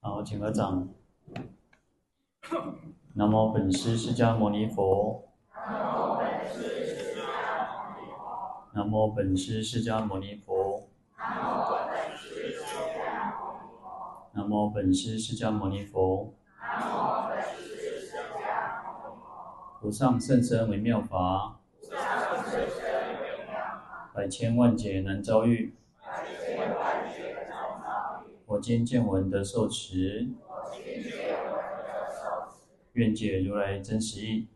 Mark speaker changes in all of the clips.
Speaker 1: 好，请合掌。南无本师释迦牟尼佛。南无本师释迦牟尼佛。南无本师释迦牟尼佛。无上甚深微妙法，百千万劫难遭遇。我今见闻得受持，愿解如来真实义。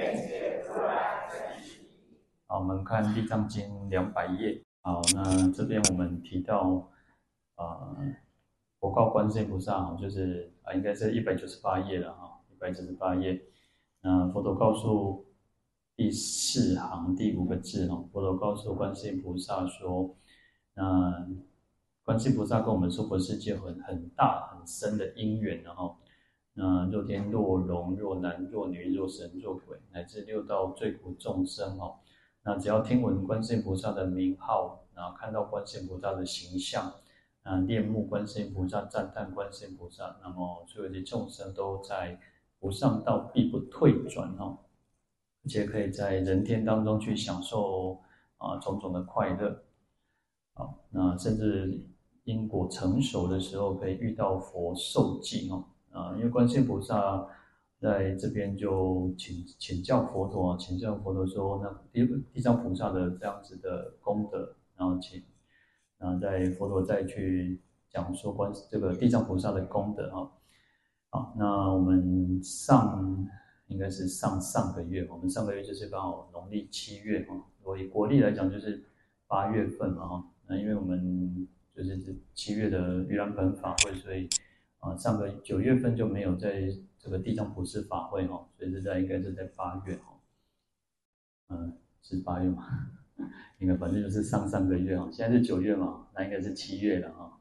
Speaker 1: 好，我们看《地藏经》200页。好，那这边我们提到，佛告观世音菩萨，就是应该是198页了哈，198页。佛陀告诉第4行第5个字哈，佛陀告诉观世音菩萨说，那观世音菩萨跟我们娑婆世界很大很深的因缘然后，那若天若龙若男若女若神若鬼，乃至六道罪苦众生哈，那只要听闻观世音菩萨的名号，然后看到观世音菩萨的形象，恋慕观世音菩萨，赞叹观世音菩萨，那么所有的众生都在不上道必不退转哈，而且可以在人天当中去享受种种的快乐。好，那甚至因果成熟的时候，可以遇到佛受记因为观世音菩萨在这边就请教佛陀，请教佛陀说，那地藏菩萨的这样子的功德，然后在佛陀再去讲说这个地藏菩萨的功德哈。好，那我们应该是上个月，我们上个月就是刚好农历7月哈，如果以国历来讲就是8月份嘛哈。那因为我们就是7月的盂兰盆法会，所以上个9月份就没有在这个地藏普施法会哈，所以应该是在8月哈，是8月嘛？应该反正就是上个月哈，现在是9月嘛，那应该是7月了哈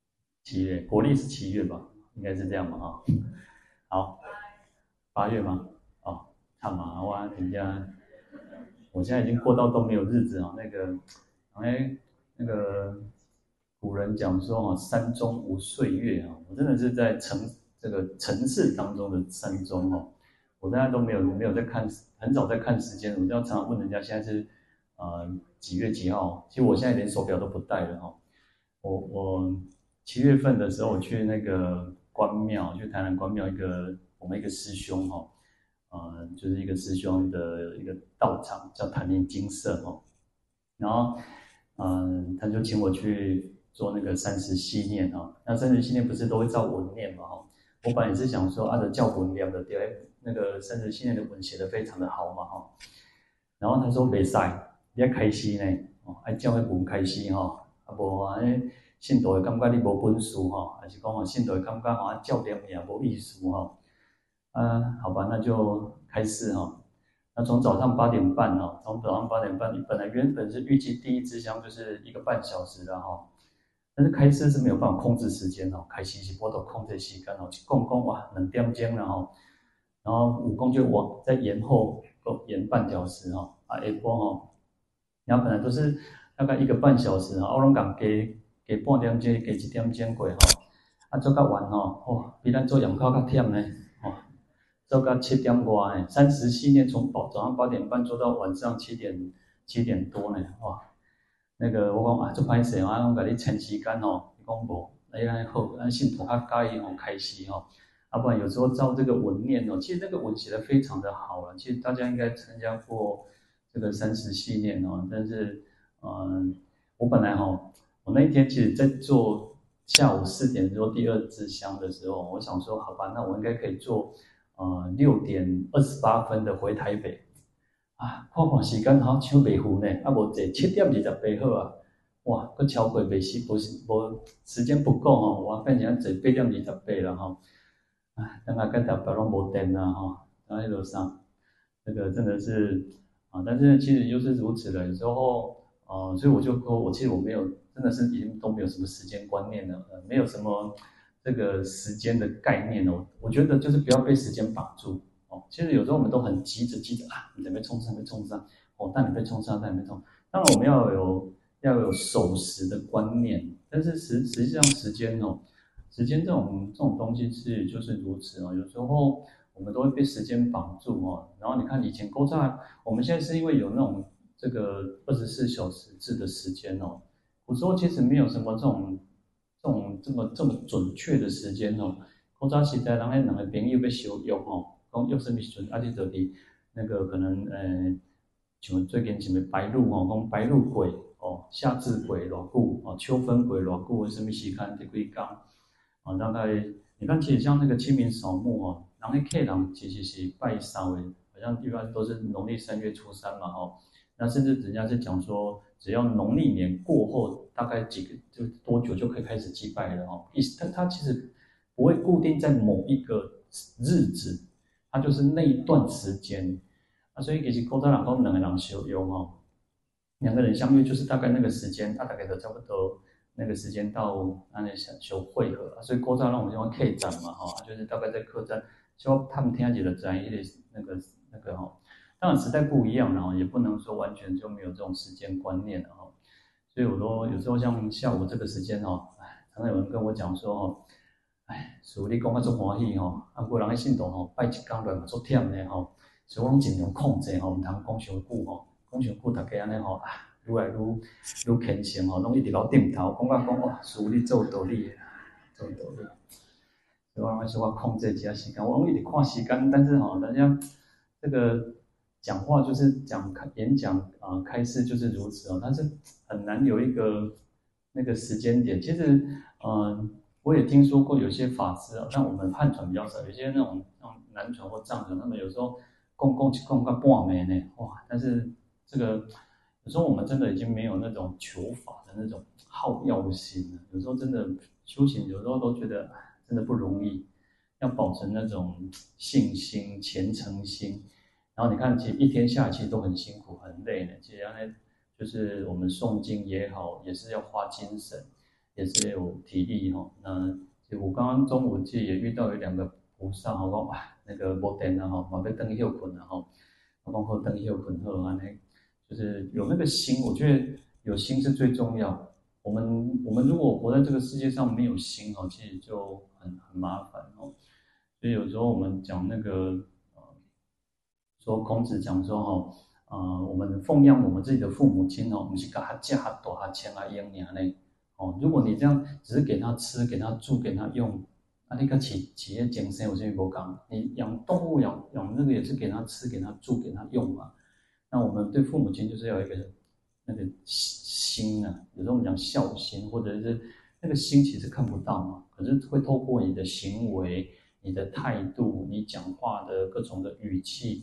Speaker 1: ，7月国历是7月吧，应该是这样嘛哈。好，8月吗？哦，看嘛，我现在已经过到都没有日子啊，那个古人讲说山中无岁月啊，我真的是在这个城市当中的山中哦，我现在都没有在看，很少在看时间，我就要常常问人家现在是几月几号，其实我现在连手表都不戴了哈。我7月份的时候我去那个关庙，去台南关庙我们一个师兄就是一个师兄的一个道场叫坛林精舍然后他就请我去做那个30系念那30系念不是都会照文念嘛我本来也是想说按照教文念的那个30系念的文写得非常的好嘛然后他说没使，你要开始呢要照那文开始不信徒会感觉你没本事还是讲信徒会感觉教念也没意思好吧，那就开始那从早上8点半从早上8点半，本来原本是预计第一支香就是1个半小时的但是开始是没有办法控制时间开始是不都控制时间去讲哇2点钟了然后武功就再延后延半小时下晡然后本来都是大概1个半小时我拢讲加半点钟，加1点钟过做到完比咱做阳考较忝呢做到7点外30系念从早上8点半做到晚上7点多呢那个我讲做歹势我甲你牵时间你讲无好咱信徒较介意开始不然有时候照这个文念其实那个文写得非常的好了，其实大家应该参加过这个30系念但是我本来我那一天其实在做下午4点做第2支香的时候，我想说好吧，那我应该可以做6点28分的回台北看时间好像抢袂赴呢无坐7点28好哇佫超过袂死无时间不够我变成坐8点28了等下跟条表拢无电然后迄路上那个真的是但是其实就是如此的，有时候所以我就说我其实我没有真的是已经都没有什么时间观念了没有什么这个时间的概念我觉得就是不要被时间绑住其实有时候我们都很急着你准备冲上但你被冲上但你被冲当然我们要有守时的观念，但是实际上时间时间这种东西是就是如此哦，有时候我们都会被时间绑住哦。然后你看以前勾扎，我们现在是因为有那种这个24小时制的时间哦，古时候其实没有什么这种这么准确的时间哦。古早时代，人迄两个朋友要相约哦，讲约什么时阵，啊，你就伫那个可能像最近什么白露哦，讲白露过哦，夏至过偌久哦，秋分过偌久，什么时间伫几天哦，大概你看，其实像那个清明扫墓哦，人迄客人其实是拜扫的，好像一般都是农历3月初3嘛哦，那甚至人家是讲说，只要农历年过后，大概几个就多久就可以开始祭拜了哦。意思它其实不会固定在某一个日子，它就是那一段时间啊。所以其实古早人讲两个人相约哦，两个人相约就是大概那个时间，啊大概都差不多那个时间到那里想会合啊。所以古早让我们用客栈嘛哈、啊，就是大概在客栈，就他们听起来在一个那个哈。当然时代不一样然后也不能说完全就没有这种时间观念了哈。所以我说有时候像下午这个时间哦，常常有人跟我讲说哦，师傅你讲啊足欢喜吼，啊不过人喺信徒吼拜一天落嘛足忝的吼，所以我尽量控制吼，唔通讲伤久吼，讲伤久大家安尼吼啊，愈来愈虔诚吼，拢一直老点头，讲哇，师傅你做有道理的，做有道理。所以我说我控制一下时间，我一直看时间，但是吼，人家这个讲话就是讲演讲开示就是如此哦，但是很难有一个那个时间点。其实，我也听说过有些法师啊，像我们汉传比较少，有些那种南传或藏传，他们有时候讲到半暝呢，哇！但是这个有时候我们真的已经没有那种求法的那种好药心了。有时候真的修行，有时候都觉得真的不容易，要保持那种信心、虔诚心。然后你看，其实一天下来其实都很辛苦、很累的。其实呢，就是我们诵经也好，也是要花精神，也是有体力哈。那其实我刚刚中午其实也遇到有两个菩萨，我讲哇，那个没电了哈，马被灯休困了哈，我讲好灯休困好啊，那就是有那个心，我觉得有心是最重要。我们如果活在这个世界上没有心哦，其实就很麻烦哦。所以有时候我们讲那个说孔子讲说哈，我们奉养我们自己的父母亲哦，不是给他嫁多少钱来养你呢？哦，如果你这样只是给他吃、给他住、给他用，那那个企业精神有些不讲。你养动物养那个也是给他吃、给他住、给他用嘛。那我们对父母亲就是要有一个那个心啊，有时候我们讲孝心，或者是那个心其实看不到嘛，可是会透过你的行为、你的态度、你讲话的各种的语气。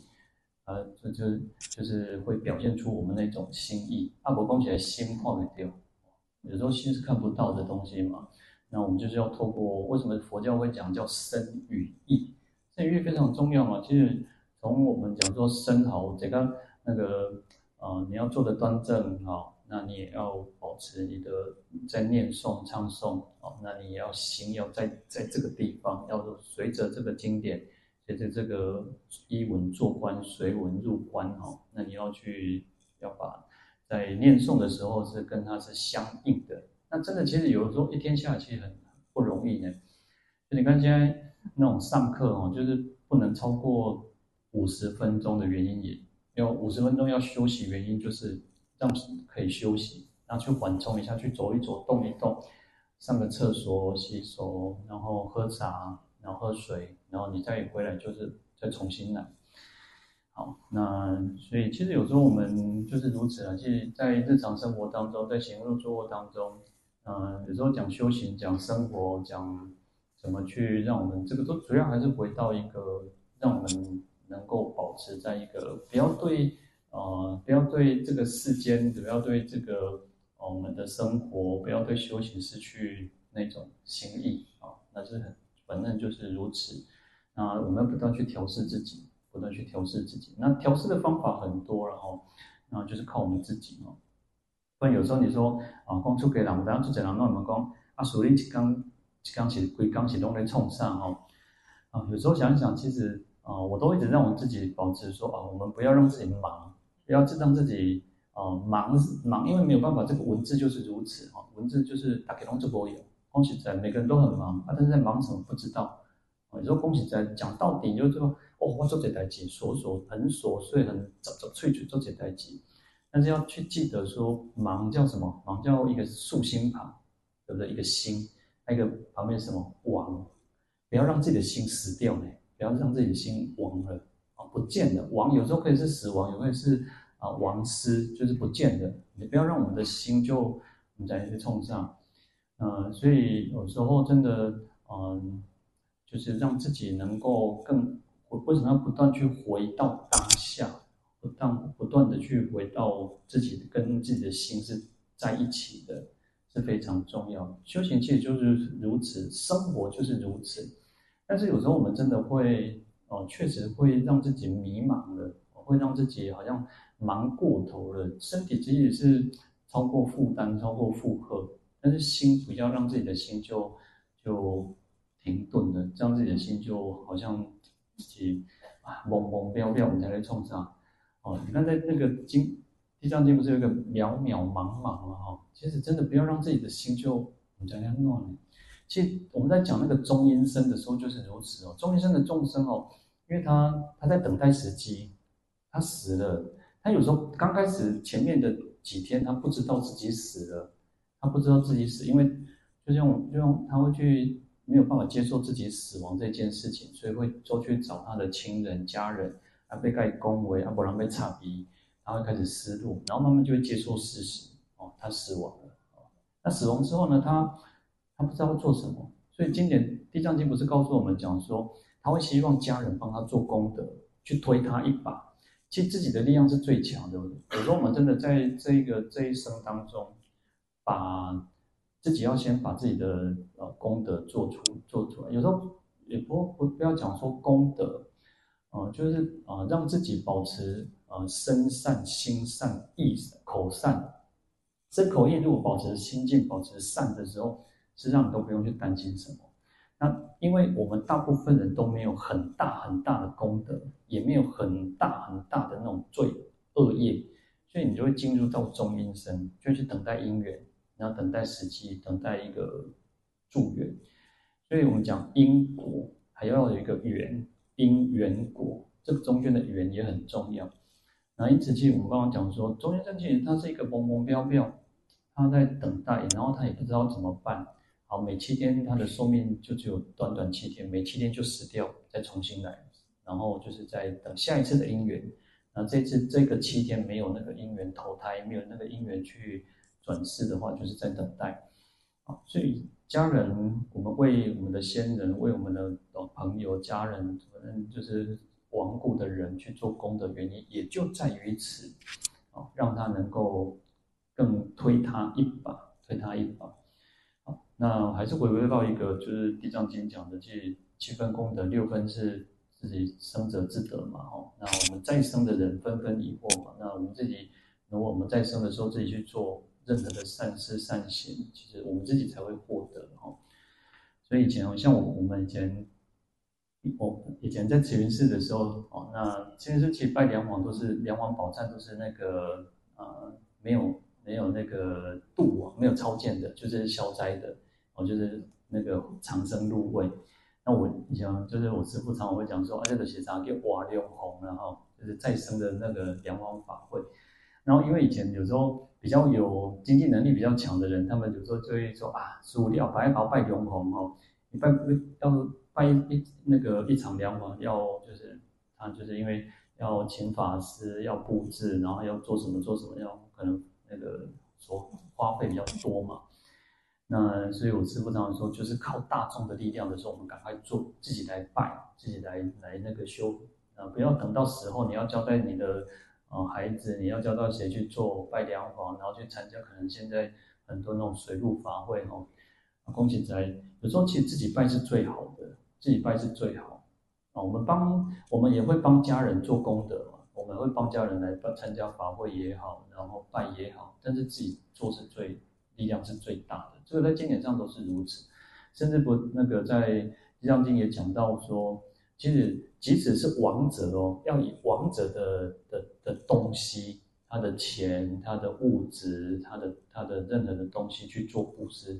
Speaker 1: 就是会表现出我们那种心意。阿伯讲起来心看得到，有时候心是看不到的东西嘛。那我们就是要透过为什么佛教会讲叫身语意？身语意非常重要嘛。其实从我们讲说身好，这个那个你要做的端正好，那你也要保持你的在念诵唱诵哦，那你也要心要在这个地方，要随着这个经典。随着这个依文做观，随文入观哈，那你要把在念诵的时候是跟它是相应的。那真的其实有的时候一天下来其实很不容易呢。就你看现在那种上课哦，就是不能超过50分钟的原因也，要50分钟要休息，原因就是让可以休息，然后去缓冲一下，去走一走，动一动，上个厕所、洗手，然后喝茶。然后喝水，然后你再回来就是再重新来。好，那所以其实有时候我们就是如此啊。其实，在日常生活当中，在行路坐卧当中，有时候讲修行、讲生活、讲怎么去让我们这个都主要还是回到一个让我们能够保持在一个不要对这个世间，不要对这个我们的生活，不要对修行失去那种心意啊，那是反正就是如此。那我们要不断去调试自己，不断去调试自己。那调试的方法很多了哈，那就是靠我们自己哦。不然有时候你说讲出给人，然后出几人那我们讲啊，属于一天是规工是拢在冲上哦。有时候想一想，其实我都一直让我自己保持说我们不要让自己忙，不要让自己忙，因为没有办法，这个文字就是如此哈，文字就是大家拢做不有。 恭喜在每个人都很忙啊，但是在忙什么不知道。有时候恭喜在讲到底就是说，哦，我做这台机很琐碎，很碎去做这台机，但是要去记得说，忙叫什么？忙叫一个竖心旁，对不对？一个心，那个旁边是什么？亡，不要让自己的心死掉呢，不要让自己的心亡了啊，不见了。亡有时候可以是死亡，也可以是亡失，就是不见的。你不要让我们的心就我们在去冲上，所以有时候真的，就是让自己能够更，为什么要不断去回到当下，不断的去回到自己跟自己的心是在一起的，是非常重要。修行其实就是如此，生活就是如此。但是有时候我们真的会，确实会让自己迷茫了，会让自己好像忙过头了，身体其实是超过负担、超过负荷，但是心不要让自己的心就停顿了，这样自己的心就好像自己懵懵标标，我们才来冲上。你看在那个地藏经不是有一个渺渺茫茫嘛？其实真的不要让自己的心就我们讲讲乱了。其实我们在讲那个中阴身的时候就是如此哦。中阴身的众生哦，因为他在等待时机，他死了，他有时候刚开始前面的几天他不知道自己死了，他不知道自己死，因为就像他会去没有办法接受自己死亡这件事情，所以会就去找他的亲人家人被盖恭维不然被插鼻，他会开始失落，然后慢慢就会接受事实哦，他死亡了。那死亡之后呢，他不知道会做什么，所以经典《地藏经》不是告诉我们讲说，他会希望家人帮他做功德，去推他一把。其实自己的力量是最强的。有时候我们真的在这一生当中，把自己要先把自己的功德做出来。有时候也不要讲说功德，就是让自己保持身善、心善、意口善。身口意如果保持心境、保持善的时候，实际上你都不用去担心什么。那因为我们大部分人都没有很大很大的功德，也没有很大很大的那种恶业，所以你就会进入到中阴身，就去等待因缘，然后等待时机，等待一个助缘。所以我们讲因果，还要有一个缘，因缘果，这个中间的缘也很重要。那因此，其实我们刚刚讲说，中间生其实它是一个懵懵标标，他在等待，然后他也不知道怎么办。好，每7天他的寿命就只有短短7天，每7天就死掉，再重新来，然后就是在等下一次的因缘。那这个7天没有那个因缘投胎，没有那个因缘去转世的话，就是在等待。好，所以家人，我们为我们的先人，为我们的朋友、家人，就是亡故的人去做功的原因，也就在于此，让他能够更推他一把，推他一把。好，那还是回归到一个，就是《地藏经》讲的，即7分功德，6分是自己生者自得嘛，那我们再生的人纷纷疑惑嘛，那我们自己，如果我们再生的时候自己去做任何的善事善行，其实我们自己才会获得所以以前像我们以前在慈云寺的时候那慈云寺其实拜梁皇梁皇宝忏都是那个没有那个度没有超荐的，就是消灾的就是那个长生入位。那我以前就是我师父常会讲说，这个写啥叫瓦梁红，然后就是再生的那个梁皇法会。然后因为以前有时候比较有经济能力比较强的人，他们有时候就会说师父你要拜梁皇你要拜一场梁皇，就是他就是因为要请法师，要布置，然后要做什么，要可能那个所花费比较多嘛。那所以我师父常常说，就是靠大众的力量的时候，我们赶快做，自己来拜，自己来那个修不要等到时候你要交代你的孩子，你要交代谁去做拜梁皇，然后去参加，可能现在很多那种水陆法会恭喜在有时候其实自己拜是最好的，自己拜是最好我们也会帮家人做功德嘛，我们会帮家人来参加法会也好，然后拜也好，但是自己做是力量是最大的，这个在经典上都是如此，甚至不那个在《地藏经》也讲到说，其实即使是亡者要以亡者的东西，他的钱、他的物质、他的任何的东西去做布施。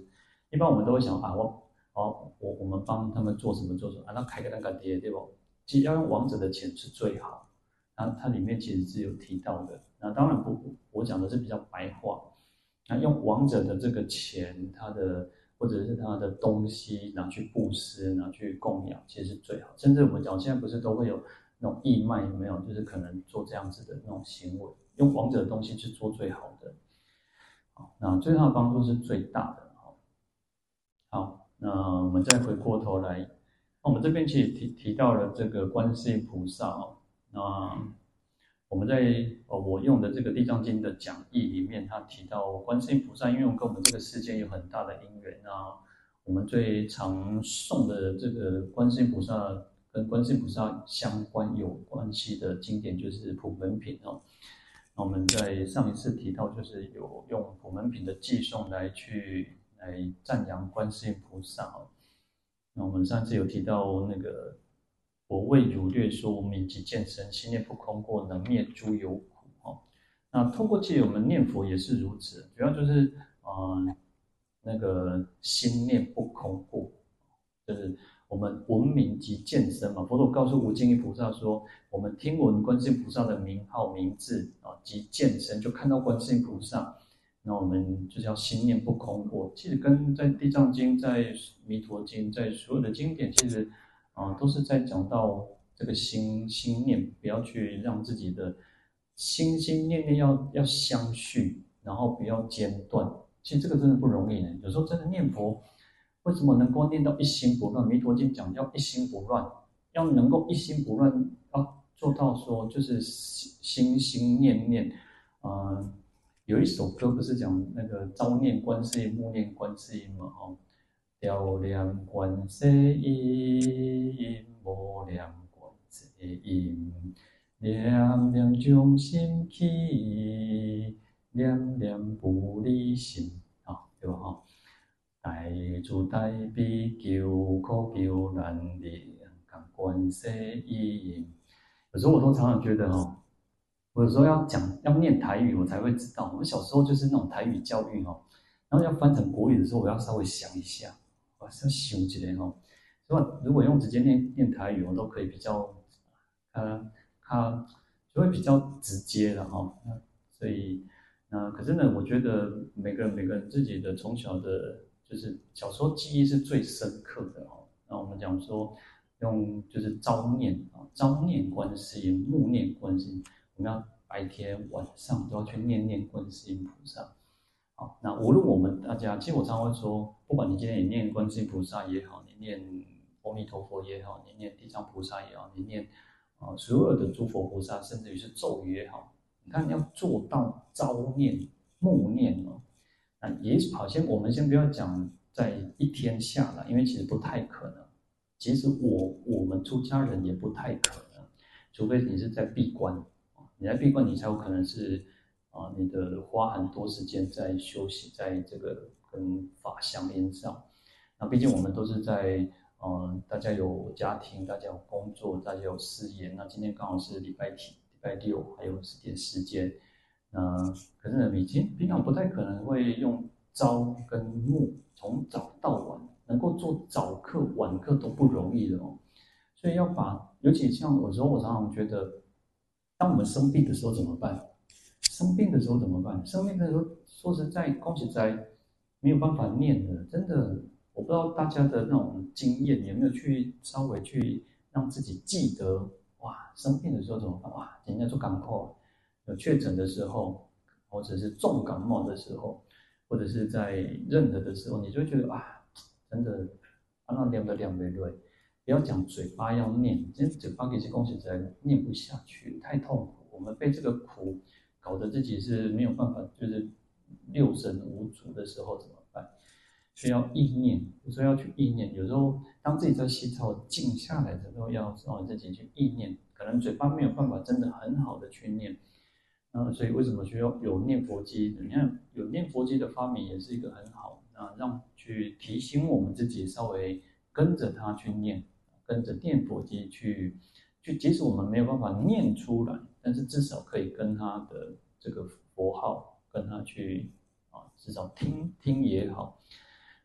Speaker 1: 一般我们都会想啊，我们帮他们做什么做什么啊，那开个那个碟，对不？其实要用亡者的钱是最好。它里面其实是有提到的。那当然不，我讲的是比较白话。那用亡者的这个钱，他的或者是他的东西拿去布施，拿去供养，其实是最好。甚至我们讲现在不是都会有那种义卖，有没有？就是可能做这样子的那种行为，用亡者的东西去做最好的。好，那对他的帮助是最大的。好，那我们再回过头来，那我们这边其实提到了这个观世音菩萨哦。那我们在我用的这个《地藏经》的讲义里面，他提到观世音菩萨，因为跟我们这个世间有很大的因缘啊。我们最常诵的这个观世音菩萨跟观世音菩萨相关有关系的经典，就是普门品哦。那我们在上一次提到，就是有用普门品的偈颂来赞扬观世音菩萨哦。那我们上次有提到那个我为汝略说无名即见身，心念不空过，能灭诸有苦哦。那透过借我们念佛也是如此，主要就是那个心念不空过，就是我们闻名即见身嘛。佛陀告诉无尽意菩萨说，我们听闻观世音菩萨的名号名字啊，即见身，就看到观世音菩萨。那我们就是要心念不空过。其实跟在《地藏经》、在《弥陀经》、在所有的经典，其实都是在讲到这个心念，不要去让自己的心心念念要相续，然后不要间断。其实这个真的不容易呢。有时候真的念佛，为什么能够念到一心不乱？《弥陀经》讲要一心不乱，要能够一心不乱，要做到说就是心心念念，有一首歌不是讲那个朝念观世音，暮念观世音嘛？哦，朝念观世音，暮念观世音，念念将心起，念念不离心，对吧？大慈大悲救苦救难的观世音。有时候我都常常觉得我有时候要念台语，我才会知道。我小时候就是那种台语教育然后要翻成国语的时候，我要稍微想一下，我要想一下所以如果用直接念台语，我都可以比较它就会比较直接了所以可是呢，我觉得每个人自己的从小的，就是小时候记忆是最深刻的那我们讲说用就是朝念观世音，暮念观世音，我们要白天晚上都要去念观世音菩萨。好，那无论我们大家，其实我常常会说，不管你今天你念观世音菩萨也好，你念阿弥陀佛也好，你念地藏菩萨也好，你念所有的诸佛菩萨，甚至于是咒语也好，你看要做到朝念、暮念那也好像我们先不要讲在一天下来，因为其实不太可能。其实我们出家人也不太可能，除非你是在闭关你在闭关，你才有可能是你的花很多时间在休息，在这个跟法相应上。那毕竟我们都是在大家有家庭，大家有工作，大家有事业。那今天刚好是礼拜六，还有点时间。可是呢，你平常不太可能会用朝跟暮，从早到晚能够做早课、晚课都不容易的所以要把，尤其像有时候我常常觉得，当我们生病的时候怎么办？生病的时候怎么办？生病的时候，说实在，恭喜在没有办法念的，真的，我不知道大家的那种经验有没有去稍微去让自己记得，哇，生病的时候怎么办？哇，人家做感冒，有确诊的时候，或者是重感冒的时候，或者是在任何的时候，你就会觉得真的，那念都念不对。不要讲嘴巴要念，其实嘴巴其实恭喜在念不下去，太痛苦。我们被这个苦搞得自己是没有办法，就是六神无主的时候怎么办？需要意念，有时候要去意念。有时候当自己在洗澡静下来的时候，要让自己去意念。可能嘴巴没有办法真的很好的去念，所以为什么需要有念佛机？你看有念佛机的发明也是一个很好让去提醒我们自己稍微跟着它去念，跟着念佛机去，即使我们没有办法念出来，但是至少可以跟他的这个佛号跟他去至少听听也好。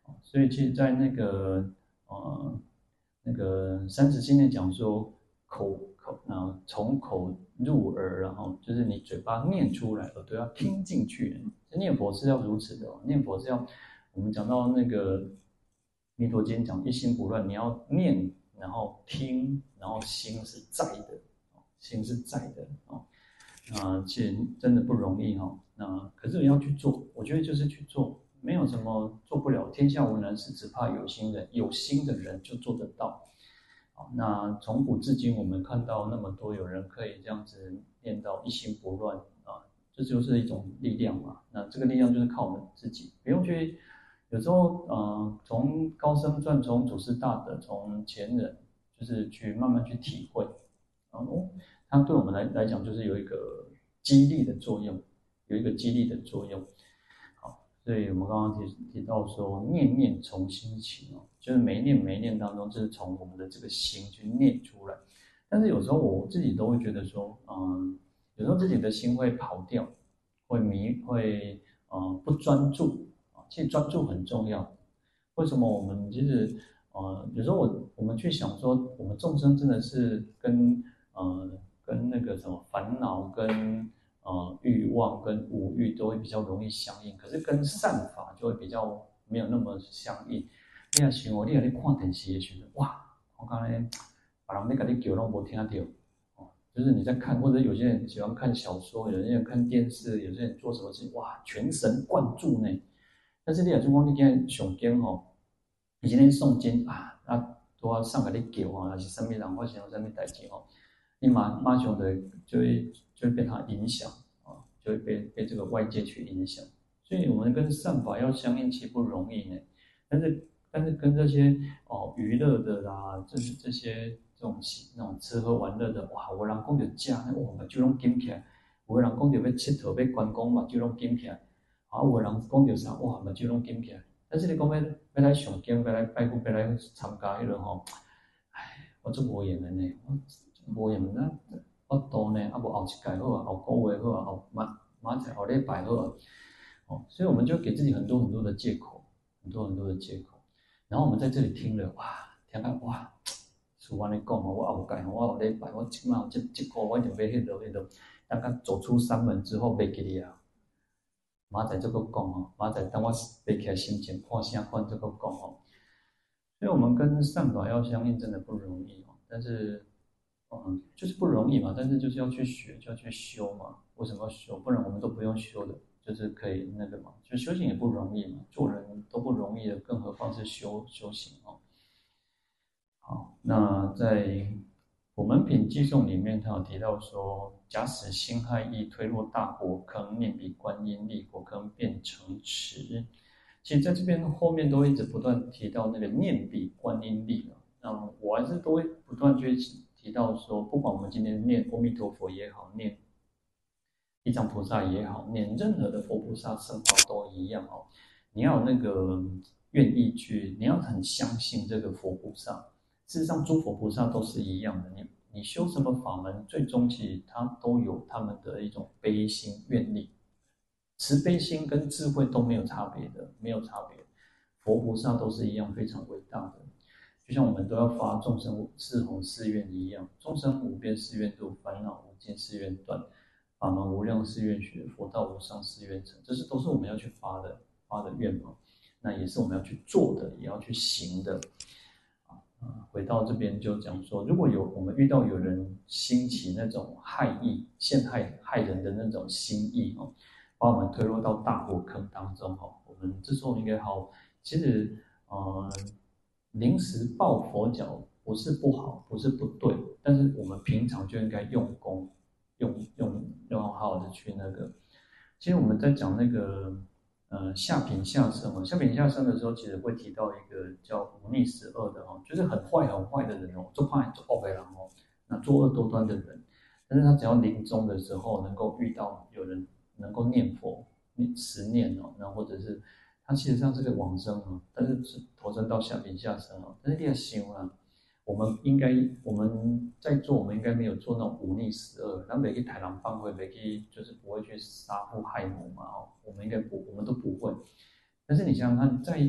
Speaker 1: 所以其实，在那个《三字经》里讲说，从口入耳，然后就是你嘴巴念出来，耳朵要听进去。念佛是要如此的，念佛是要我们讲到那个《弥陀经》讲一心不乱，你要念，然后听，然后心是在的，心是在的哦。其实真的不容易哈。那可是你要去做，我觉得就是去做，没有什么做不了。天下无难事，只怕有心人。有心的人就做得到。好，那从古至今，我们看到那么多有人可以这样子念到一心不乱啊，这就是一种力量嘛。那这个力量就是靠我们自己，不用去。有时候，从高僧传、从祖师大德、从前人，就是去慢慢去体会。哦，它对我们来讲，就是有一个激励的作用，有一个激励的作用。好，所以我们刚刚提到说，念念从心起哦，就是每一念当中，就是从我们的这个心去念出来。但是有时候我自己都会觉得说，有时候自己的心会跑掉，会不专注啊。其实专注很重要。为什么我们其实有时候我们去想说，我们众生真的是呃跟那个什么烦恼跟欲望跟五欲都会比较容易相应，可是跟善法就会比较没有那么相应。你也想哦，你在看电视的时候，哇，我刚才别人在跟你叫拢无听到哦，就是你在看，或者有些人喜欢看小说，有些人看电视，有些人做什么事情，哇，全神贯注呢。但是你若种讲你今日上经吼，以前咧诵经拄啊上个你叫吼，还是什么人发生什么代志吼，你马上就会被他影响啊，就会被这个外界去影响。所以我们跟善法要相应，其实不容易呢。但是跟这些娱乐的啦，这些那种吃喝玩乐的，哇，有人讲到食，哇，目睭拢紧起来；有人讲到要佚佗要观光，目睭拢紧起来。有人讲到啥，哇，目睭拢紧起来。但是你讲要来上经，要来拜佛，要来参加迄个吼，唉，我做无闲的呢，我无闲那我度呢，无后一届好啊，后个月好啊，后礼拜好啊。所以我们就给自己很多很多的借口，很多很多的借口。然后我们在这里听了，哇，听到哇，是安尼讲哦，我后届我后礼拜，我即马这个我一定要迄落，大概走出山门之后，袂记哩啊。明仔载再个讲哦，明仔载等我背起来心情，看啥看这个讲哦。所以我们跟善法要相应，真的不容易哦。但是，就是不容易嘛。但是就是要去学，就要去修嘛。为什么要修？不然我们都不用修的，就是可以那个嘛。就修行也不容易嘛，做人都不容易的，更何况是修行哦。好，那在普门品偈颂里面，他有提到说：假使心害意，推落大火坑，念彼观音力，火坑变成池。其实在这边后面都会一直不断提到那个念彼观音力啊。那我还是都会不断去提到说，不管我们今天念阿弥陀佛也好，念地藏菩萨也好，念任何的佛菩萨圣号都一样哦。你要有那个愿意去，你要很相信这个佛菩萨。事实上，诸佛菩萨都是一样的。你修什么法门，最终其实他都有他们的一种悲心愿力，慈悲心跟智慧都没有差别的，没有差别。佛菩萨都是一样非常伟大的，就像我们都要发众生四弘誓愿一样，众生无边誓愿度，烦恼无尽誓愿断，法门无量誓愿学，佛道无上誓愿成。这都是我们要去发的愿嘛。那也是我们要去做的，也要去行的。回到这边就讲说，如果我们遇到有人兴起那种害意、害人的那种心意哦，把我们推落到大火坑当中哦，我们这时候应该好。其实，临时抱佛脚不是不好，不是不对，但是我们平常就应该用功，好好的去那个。其实我们在讲那个下品下生哦，下品下生的时候，其实会提到一个叫忤逆十恶的哦，就是很坏很坏的人哦，做坏做恶的人哦，那作恶多端的人，但是他只要临终的时候能够遇到有人能够念佛、持念哦，然后或者是他其实上是个往生哦，但是投身到下品下生哦，但是你要想啊，我们在做，我们应该没有做那种忤逆十恶，然后每个豺狼帮会，每个就是不会去杀父害母嘛哦，我们应该不，我们都不会。但是你想想看，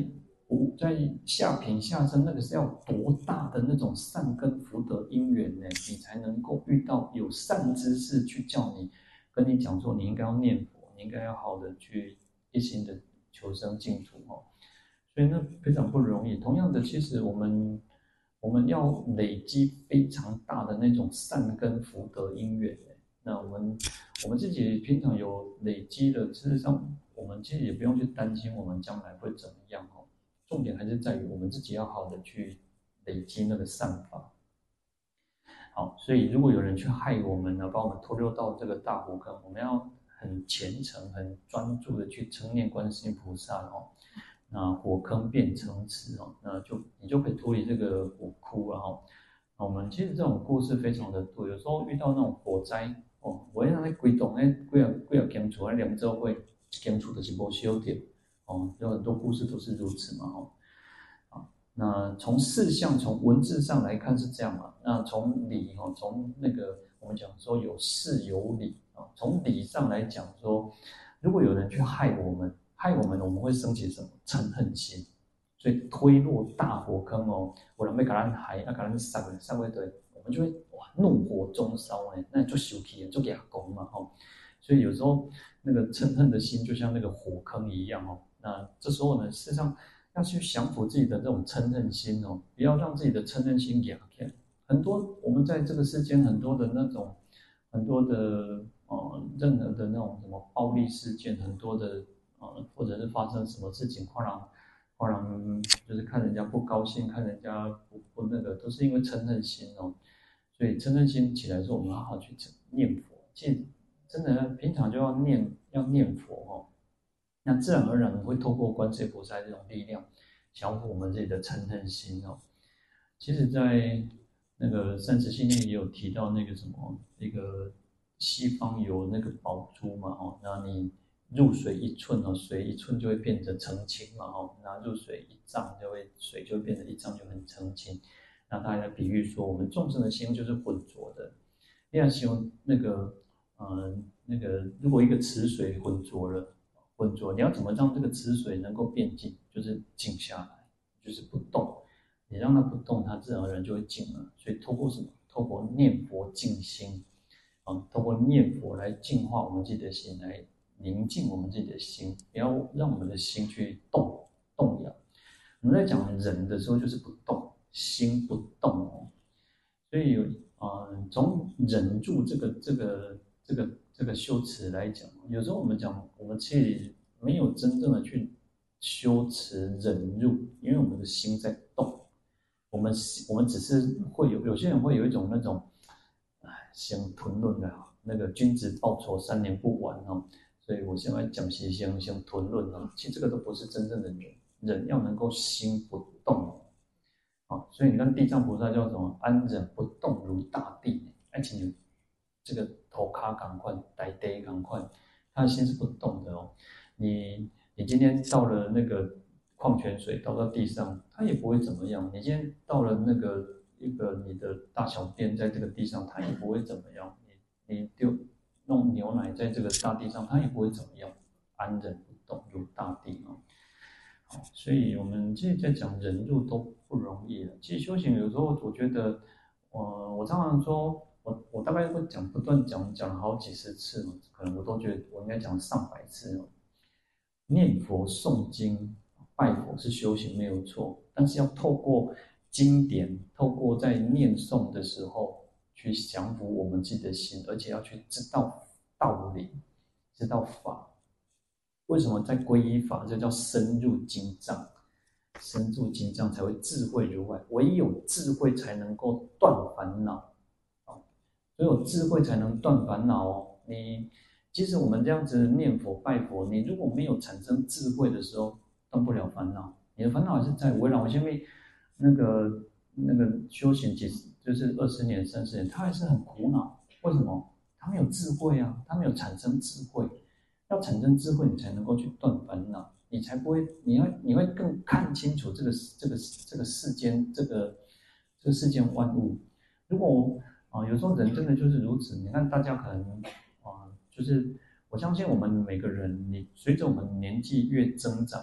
Speaker 1: 在下品下生，那个是要多大的那种善根福德因缘呢？你才能够遇到有善知识去叫你，跟你讲说你应该要念佛，你应该要好的去一心的求生净土哦。所以那非常不容易。同样的，其实我们要累积非常大的那种善根福德因缘。那我们自己平常有累积的，事实上我们其实也不用去担心我们将来会怎么样哦。重点还是在于我们自己要好的去累积那个善法。好，所以如果有人去害我们呢，把我们拖溜到这个大火坑，我们要很虔诚、很专注的去称念观世音菩萨哦。那火坑变成池哦，那你就可以脱离这个火窟了哦。那我们其实这种故事非常的多，有时候遇到那种火灾哦，我让那规栋那几啊间厝啊连做伙，一间厝就是无烧掉哦，有很多故事都是如此嘛哦。那从事项从文字上来看是这样嘛，那从理哦，从那个我们讲说有事有理啊，从理上来讲说，如果有人去害我们，我们会升起什么嗔恨心，所以推落大火坑哦，有人要给咱害，给咱杀对，我们就会哇怒火中烧哎，那就生气了，就给他攻嘛哦，所以有时候那个嗔恨的心就像那个火坑一样哦，那这时候呢，事实上要去降服自己的这种嗔恨心哦，不要让自己的嗔恨心养起来。很多我们在这个世间很多的那种很多的任何的那种什么暴力事件，很多的或者是发生什么事情，忽然就是看人家不高兴，看人家不那个，都是因为嗔恨心哦。所以嗔恨心起来之后，我们好好去念佛。其实真的平常就要念佛哦，那自然而然会透过观世音菩萨这种力量，降服我们自己的嗔恨心哦。其实，在那个三十系列也有提到那个什么，那个西方有那个宝珠嘛哦，然后你入水一寸哦，水一寸就会变得澄清嘛哦，然后入水一丈水就会变得一丈就很澄清。那大家比喻说，我们众生的心就是浑浊的。你要形容那个如果一个池水浑浊，你要怎么让这个池水能够变静？就是静下来，就是不动。你让它不动，它自然而然就会静了。所以透过什么？透过念佛静心啊，透过念佛来净化我们自己的心，来宁静我们自己的心，不要让我们的心去动摇。我们在讲忍的时候，就是不动，心不动哦。所以从忍住这个修持来讲，有时候我们讲，我们其实没有真正的去修持忍入，因为我们的心在动。我们只是会有些人会有一种那种，先吞论的那个君子报仇3年不晚哦。所以我现在讲先吞论哦，其实这个都不是真正的忍，忍要能够心不动哦。所以你看地藏菩萨叫什么？安忍不动如大地，而且这个头卡赶快，呆呆赶快，他的心是不动的哦。你今天倒了那个矿泉水倒到地上，它也不会怎么样。你今天倒了那个你的大小便在这个地上，它也不会怎么样。你弄牛奶在这个大地上，它也不会怎么样。安忍不动如大地哦。好，所以我们其实在讲忍辱都不容易了。其实修行有时候我觉得，我常常说，我大概会不断讲了好几十次，可能我都觉得我应该讲上百次哦。念佛诵经拜佛是修行没有错，但是要透过经典，透过在念诵的时候去降服我们自己的心，而且要去知道道理，知道法。为什么在皈依法？这叫深入经藏，深入经藏才会智慧如海。唯有智慧才能够断烦恼啊！唯有智慧才能断烦恼哦。即使我们这样子念佛拜佛，你如果没有产生智慧的时候，断不了烦恼。你的烦恼还是在围绕。我前面那个修行，其实就是20年、30年，他还是很苦恼。为什么？他没有智慧啊，他没有产生智慧。要产生智慧，你才能够去断烦恼，你才不会，你会更看清楚这个世间这个世间万物。如果有时候人真的就是如此，你看大家可能就是我相信我们每个人，你随着我们年纪越增长，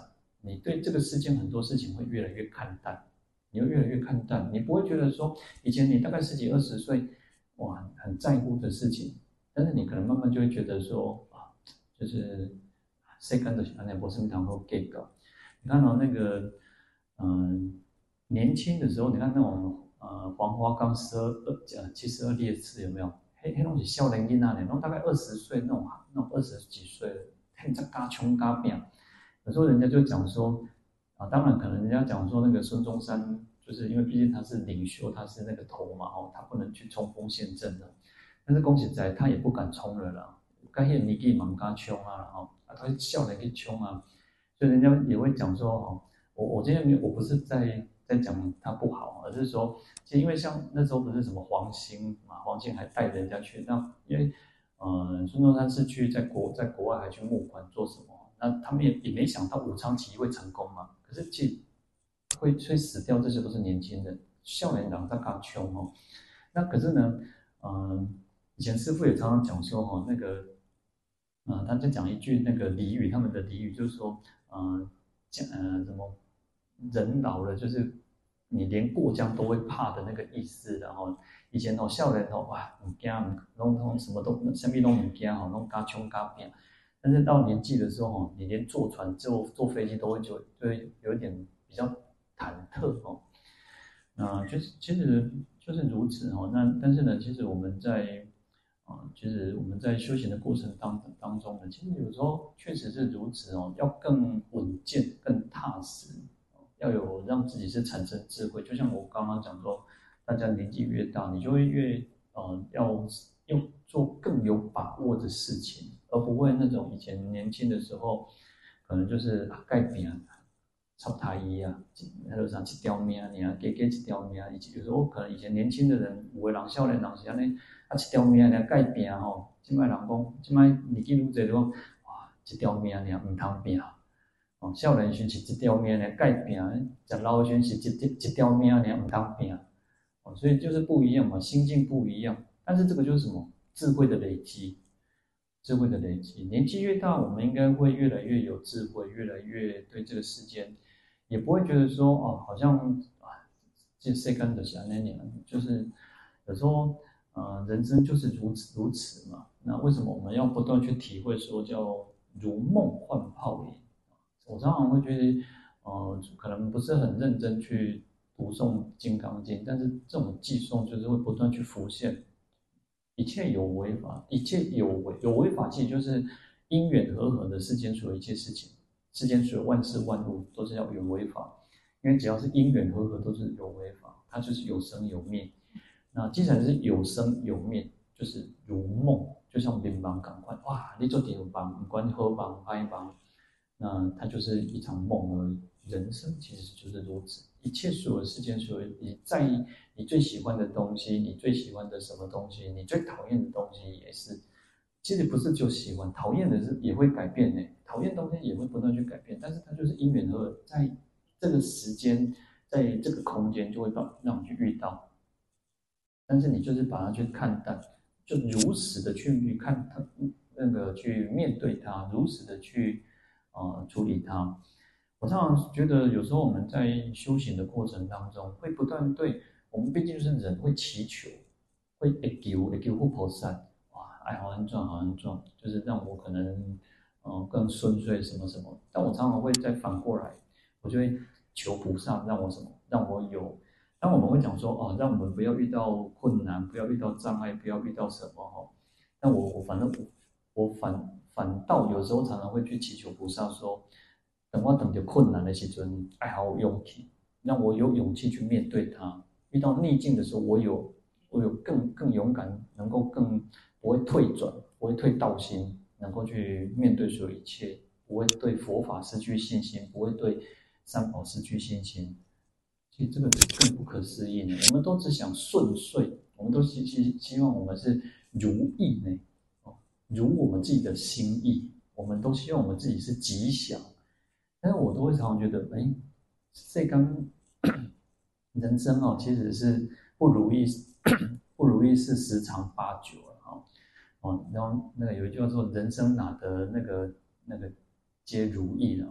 Speaker 1: 你对这个世间很多事情会越来越看淡，你会越来越看淡，你不会觉得说以前你大概十几二十岁，哇，很在乎的事情，但是你可能慢慢就会觉得说啊，就是谁干的安内博士蜜糖后 get 到，你看到那个年轻的时候，你看那种黄花岗72烈士有没有？黑那种是少年囡仔呢，然后大概20岁那种20几岁的，很在嘎穷嘎变。有时候人家就讲说啊，当然可能人家讲说那个孙中山，就是因为毕竟他是领袖，他是那个头嘛，他不能去冲锋陷阵的。但是恭喜在，他也不敢冲了啦，该些年纪蛮敢冲啊，他少年去冲啊，所以人家也会讲说我今天没有，我不是在讲他不好，而是说，其实因为像那时候不是什么黄兴嘛，黄兴还带人家去，那因为孙中山是在国外还去募款做什么，那他们也没想到武昌起义会成功嘛，可是其实会死掉，这些都是年轻人，少年郎在刚穷哦，那可是呢，以前师傅也常常讲说那个他就讲一句那个俚语，他们的俚语就是说，什么人老了就是你连过江都会怕的那个意思。然后以前少年哇，唔惊，弄什么都什么都唔惊弄加冲加变。但是到年纪的时候你连坐船、坐飞机都会有一点比较忐忑就是其实就是如此那但是呢，其实我们在其实我们在修行的过程当中呢，其实有时候确实是如此要更稳健、更踏实，要有让自己是产生智慧。就像我刚刚讲说，大家年纪越大，你就会越要做更有把握的事情，而不会那种以前年轻的时候，可能就是盖饼插台衣啊，那路上一条命尔，加一条命，有时候可能以前年轻的人，有的人少年人是安尼，一条命尔盖拼现在人讲，现在年纪愈侪就讲，哇，一条命尔唔通拼少年时是一条命尔盖拼，食老时是一条命尔唔通拼所以就是不一样嘛，心境不一样。但是这个就是什么？智慧的累积，智慧的累积。年纪越大，我们应该会越来越有智慧，越来越对这个世间，也不会觉得说好像这世间就是安尼样，就是有时候人生就是如此嘛。那为什么我们要不断去体会说叫如梦幻泡影？我常常会觉得，可能不是很认真去读诵《金刚经》，但是这种寄诵就是会不断去浮现。一切有为法，一切有为法，其实就是因缘和合的世间所有一切事情，世间所有万事万物都是要有为法，因为只要是因缘和合，都是有为法，它就是有生有灭。那既然是有生有灭，就是如梦，就像乒乓赶快哇，你做点棒，不管好棒坏棒，那它就是一场梦而已。人生其实就是如此，一切所有世间所有你在意你最喜欢的东西，你最喜欢的什么东西，你最讨厌的东西也是。其实不是就喜欢，讨厌的是也会改变呢。讨厌的东西也会不断去改变，但是它就是因缘和在这个时间，在这个空间就会让你去遇到。但是你就是把它去看淡，就如实的去看它，那个去面对它，如实的去处理它。我常常觉得，有时候我们在修行的过程当中，会不断对我们毕竟是人，会祈求，会求护菩萨，哇，爱好安转好安转，就是让我可能更顺遂什么什么。但我常常会再反过来，我就会求菩萨让我什么，让我有。当我们会讲说让我们不要遇到困难，不要遇到障碍，不要遇到什么但我反倒有时候常常会去祈求菩萨说，等我等着困难的时阵，爱好有勇气，让我有勇气去面对它。遇到逆境的时候，我有更勇敢，能够更不会退转，不会退道心，能够去面对所有一切，不会对佛法失去信心，不会对三宝失去信心。其实这个更不可思议呢。我们都只想顺遂，我们都希望我们是如意呢，如我们自己的心意，我们都希望我们自己是吉祥。但是我都会常常觉得，这刚人生其实是不如意，不如意是十常八九了然后那个有一句话说，人生哪得那个皆如意了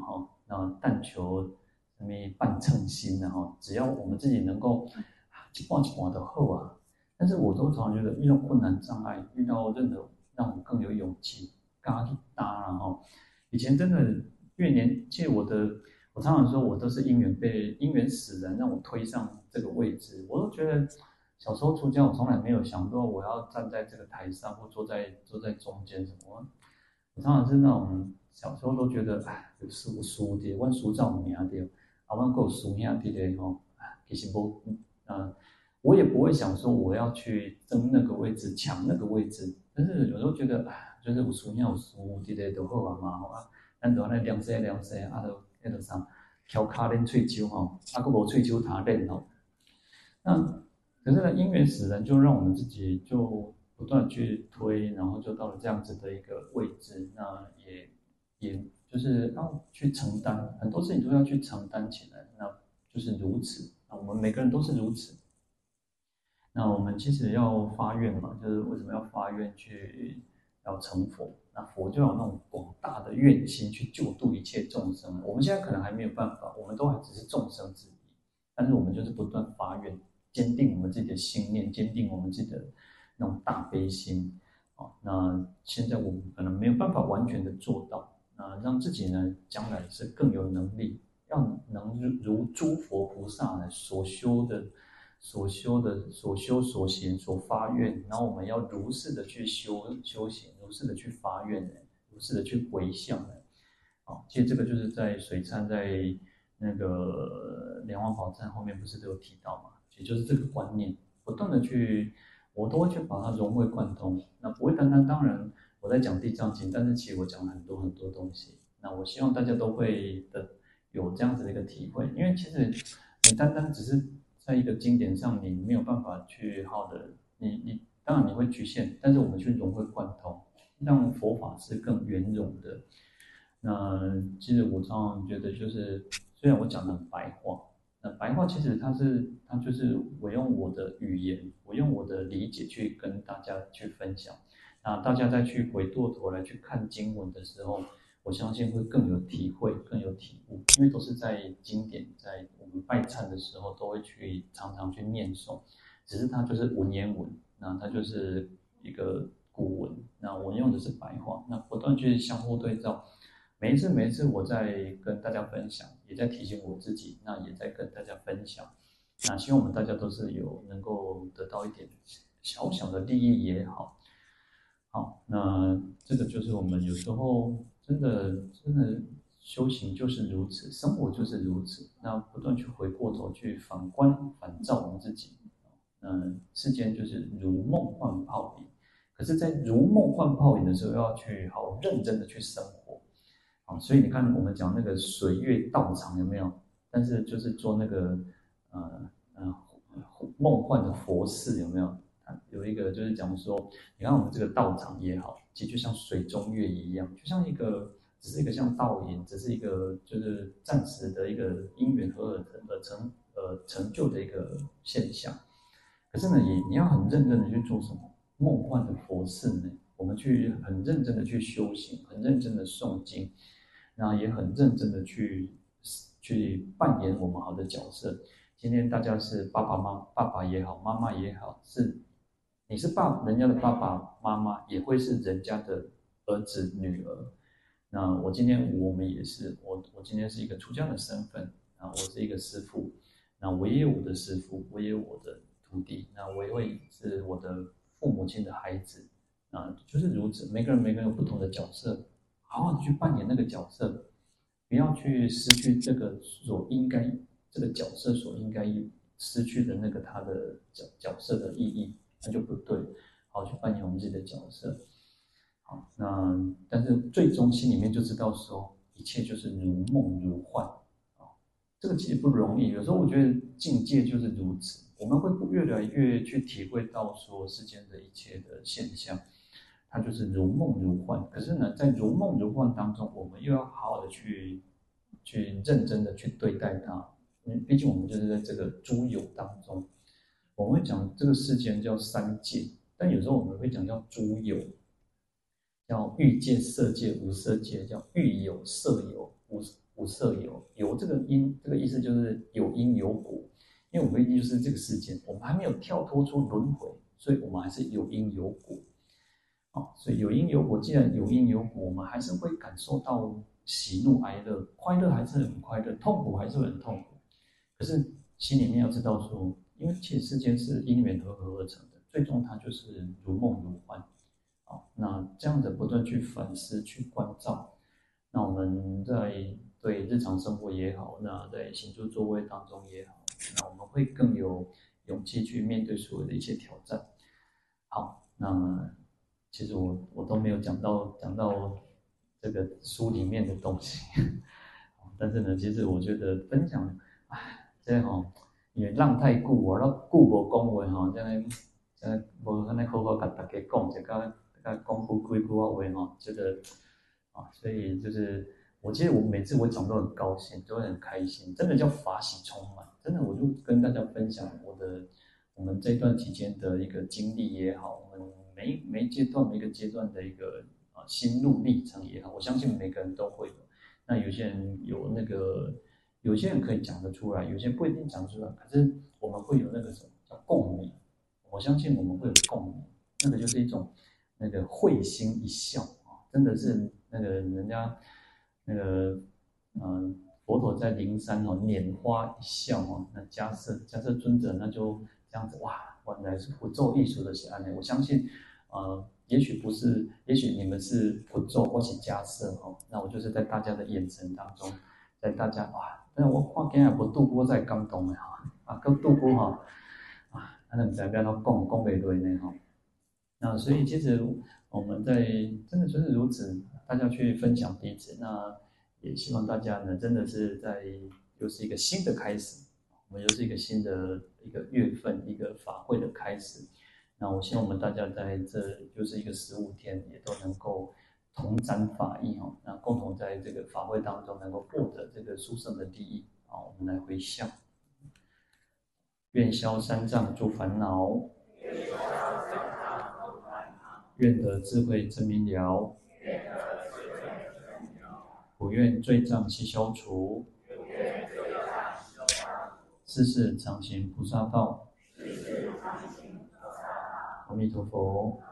Speaker 1: 那但求什么半称心的哈，只要我们自己能够一半一半的好啊。但是我都常常觉得遇到困难障碍，遇到任何让我更有勇气，嘎去搭然后，以前真的越年，其实我常常说我都是因缘使然让我推上这个位置，我都觉得小时候出家，我从来没有想过我要站在这个台上或坐在中间什么。我常常是那种小时候都觉得，哎，有输的，阮输照名的，啊，阮够输兄弟的吼，其实不，我也不会想说我要去争那个位置，抢那个位置。但是有时候觉得，哎，就是有输赢有输弟弟就好啊嘛，啊，咱就安尼凉西，啊，就迄个啥，挑骹练喙手吼，啊，佫无喙手通练吼。那可是呢，因缘使然，就让我们自己就不断去推，然后就到了这样子的一个位置。那也就是要去承担很多事情，都要去承担起来。那就是如此。那我们每个人都是如此。那我们其实要发愿嘛，就是为什么要发愿去要成佛？那佛就有那种广大的愿心去救度一切众生。我们现在可能还没有办法，我们都还只是众生之一，但是我们就是不断发愿，坚定我们自己的信念，坚定我们自己的那种大悲心。那现在我们可能没有办法完全的做到，那让自己呢将来是更有能力，要能如诸佛菩萨呢所修所行所发愿，然后我们要如是的去修行，如是的去发愿呢，如是的去回向呢。其实这个就是在水忏在那个莲花宝忏后面不是都有提到嘛？也就是这个观念，不断的去，我都会去把它融会贯通。那不会单单，当然我在讲地藏经，但是其实我讲了很多很多东西。那我希望大家都会有这样子的一个体会，因为其实你单单只是在一个经典上，你没有办法去好的，你当然你会局限，但是我们去融会贯通，让佛法是更圆融的。那其实我常常觉得，就是虽然我讲的很白话，那白话其实它就是我用我的语言，我用我的理解去跟大家去分享。那大家再去回过头来去看经文的时候，我相信会更有体会，更有体悟，因为都是在经典，在我们拜忏的时候都会去常常去念诵，只是它就是文言文，那它就是一个古文，那我用的是白话，那不断去相互对照。每一次我在跟大家分享，也在提醒我自己，那也在跟大家分享。那希望我们大家都是能够得到一点小小的利益也好。好，那这个就是我们有时候真的修行就是如此，生活就是如此。那不断去回过头去反观反照我们自己，世间就是如梦幻泡影。可是，在如梦幻泡影的时候，要去好认真的去生活。所以你看，我们讲那个水月道场有没有？但是就是做那个呃呃梦幻的佛事有没有？有一个就是讲说，你看我们这个道场也好，其实就像水中月一样，就像只是一个像倒影，只是一个就是暂时的一个因缘成就的一个现象。可是呢，你要很认真的去做什么梦幻的佛事呢？我们去很认真的去修行，很认真的诵经，那也很认真的去扮演我们好的角色。今天大家是爸爸也好，妈妈也好，你是人家的爸爸妈妈，也会是人家的儿子女儿。那我们也是，我今天是一个出家的身份啊，我是一个师父，那我也有我的师父，我也有我的徒弟，那我也会是我的父母亲的孩子啊，就是如此。每个人有不同的角色，好好的去扮演那个角色，不要去失去这个角色所应该失去的那个他的角色的意义，那就不对。好，去扮演我们自己的角色。好，但是最终心里面就知道说，一切就是如梦如幻。这个其实不容易。有时候我觉得境界就是如此，我们会越来越去体会到说世间的一切的现象，它就是如梦如幻。可是呢，在如梦如幻当中，我们又要好好的去认真的去对待它。毕竟我们就是在这个诸有当中，我们会讲这个世间叫三界，但有时候我们会讲叫诸有，叫欲界、色界、无色界，叫欲有、色有、 无色有，有这个因，这个意思就是有因有果。因为我们就是这个世间，我们还没有跳脱出轮回，所以我们还是有因有果。所以有因有果，既然有因有果，我们还是会感受到喜怒哀乐，快乐还是很快乐，痛苦还是很痛苦。可是心里面要知道说，因为其实世间是因缘和合而成的，最终它就是如梦如幻。那这样的不断去反思、去关照，那我们在对日常生活也好，那在行住坐位当中也好，那我们会更有勇气去面对所有的一些挑战。好，那其实我都没有讲到这个书里面的东西，但是呢，其实我觉得分享，哎，这吼，因为浪太久啊，那久无讲话吼，这无安尼好好甲大家讲，一甲讲几句话吼，觉得所以就是其实我每次我讲都很高兴，都会很开心，真的叫法喜充满，真的我就跟大家分享我们这段期间的一个经历也好，我们每一个阶段的一个心路历程也好，我相信每个人都会有。那有些人有那个，有些人可以讲得出来，有些人不一定讲出来。可是我们会有那个什么叫共鸣，我相信我们会有共鸣，那个就是一种那个会心一笑真的是那个人家那个佛陀在灵山拈花一笑那迦叶尊者那就这样子哇，原来是不咒艺术的是安内，我相信也许不是，也许你们是不咒或是迦叶那我就是在大家的眼神当中，在大家哇，但我看今日无度过在感动的跟度过那不知道要讲不落呢那所以其实我们在真的就是如此，大家去分享彼此，那也希望大家呢，真的是又是一个新的开始，我们又是一个新的一个月份，一个法会的开始。那我希望我们大家在这就是一个15天，也都能够同沾法益那共同在这个法会当中能够获得这个殊胜的利益我们来回向，愿消三障诸烦恼。愿得智慧真明了，普愿罪障悉消除，世世常行菩萨道。阿弥陀佛。